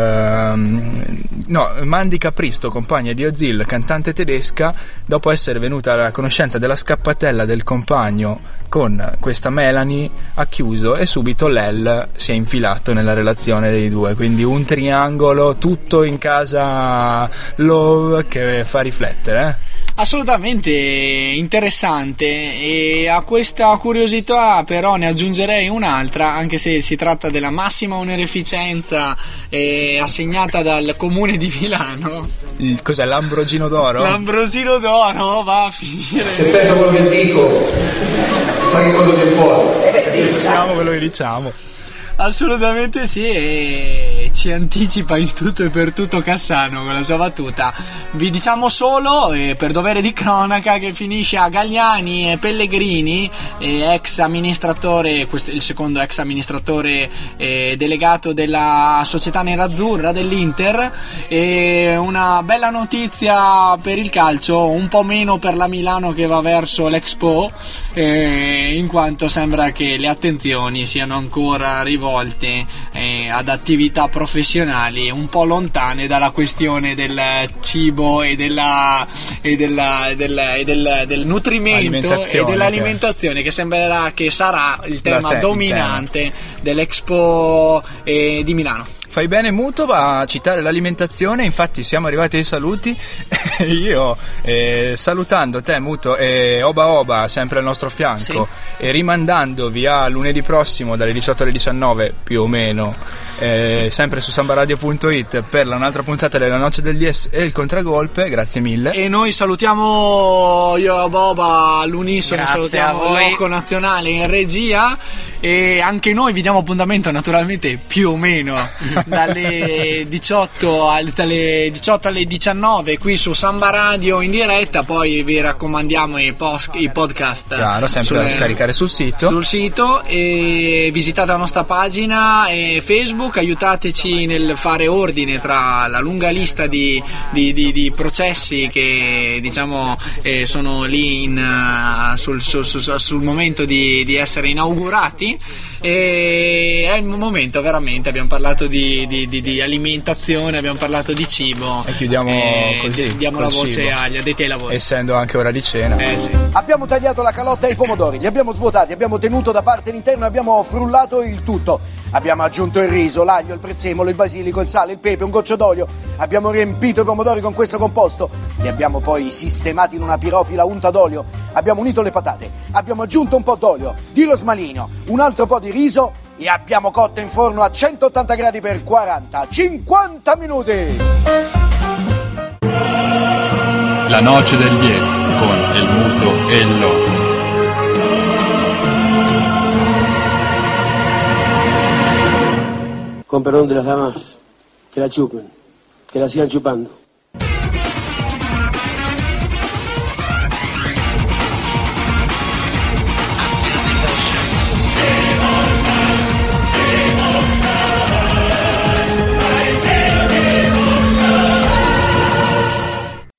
Mandy Capristo, compagna di Özil, cantante tedesca, dopo essere venuta alla conoscenza della scappatella del compagno con questa Melanie, ha chiuso e subito Lell si è infilato nella relazione dei due, quindi un triangolo tutto in casa Love che fa riflettere. Assolutamente interessante, e a questa curiosità però ne aggiungerei un'altra, anche se si tratta della massima onorificenza assegnata dal comune di Milano. Cos'è, l'Ambrogino d'Oro? L'Ambrosino d'Oro va a finire. Se penso a quello che dico, sai che cosa viene fuori? Se pensiamo ve lo diciamo. Assolutamente sì, e ci anticipa in tutto e per tutto Cassano con la sua battuta. Vi diciamo solo, per dovere di cronaca, che finisce a Galliani e Pellegrini, ex amministratore, il secondo ex amministratore delegato della società nerazzurra dell'Inter, e una bella notizia per il calcio, un po' meno per la Milano che va verso l'Expo, in quanto sembra che le attenzioni siano ancora rivolte ad attività professionali un po' lontane dalla questione del cibo e del nutrimento e dell'alimentazione, che sembrerà che sarà il tema dominante dell'Expo di Milano. Fai bene, Muto, a citare l'alimentazione. Infatti siamo arrivati ai saluti. Io salutando te, Muto, e Oba Oba sempre al nostro fianco, sì, e rimandandovi a lunedì prossimo dalle 18 alle 19 più o meno, sempre su sambaradio.it per un'altra puntata della Noce del DS e il Contragolpe. Grazie mille. E noi salutiamo io e Oba Oba all'unisono, salutiamo il Loco Nazionale in regia, e anche noi vi diamo appuntamento naturalmente più o meno dalle 18 alle 19 qui su Samba Radio in diretta. Poi vi raccomandiamo i podcast, chiaro, sempre da scaricare sul sito, e visitate la nostra pagina e Facebook, aiutateci nel fare ordine tra la lunga lista di processi che diciamo sono lì sul momento di essere inaugurati. E è il momento, veramente. Abbiamo parlato di alimentazione, abbiamo parlato di cibo, e chiudiamo così, diamo la voce agli addetti ai lavori, essendo anche ora di cena. Sì. Abbiamo tagliato la calotta e i pomodori, li abbiamo svuotati, abbiamo tenuto da parte l'interno e abbiamo frullato il tutto. Abbiamo aggiunto il riso, l'aglio, il prezzemolo, il basilico, il sale, il pepe, un goccio d'olio. Abbiamo riempito i pomodori con questo composto. Li abbiamo poi sistemati in una pirofila unta d'olio. Abbiamo unito le patate. Abbiamo aggiunto un po' d'olio, di rosmarino, un altro po' di riso e abbiamo cotto in forno a 180 gradi per 40-50 minuti. La Noce del 10 con El Muto e el Loco. Con perdón de las damas, que la chupen, que la sigan chupando.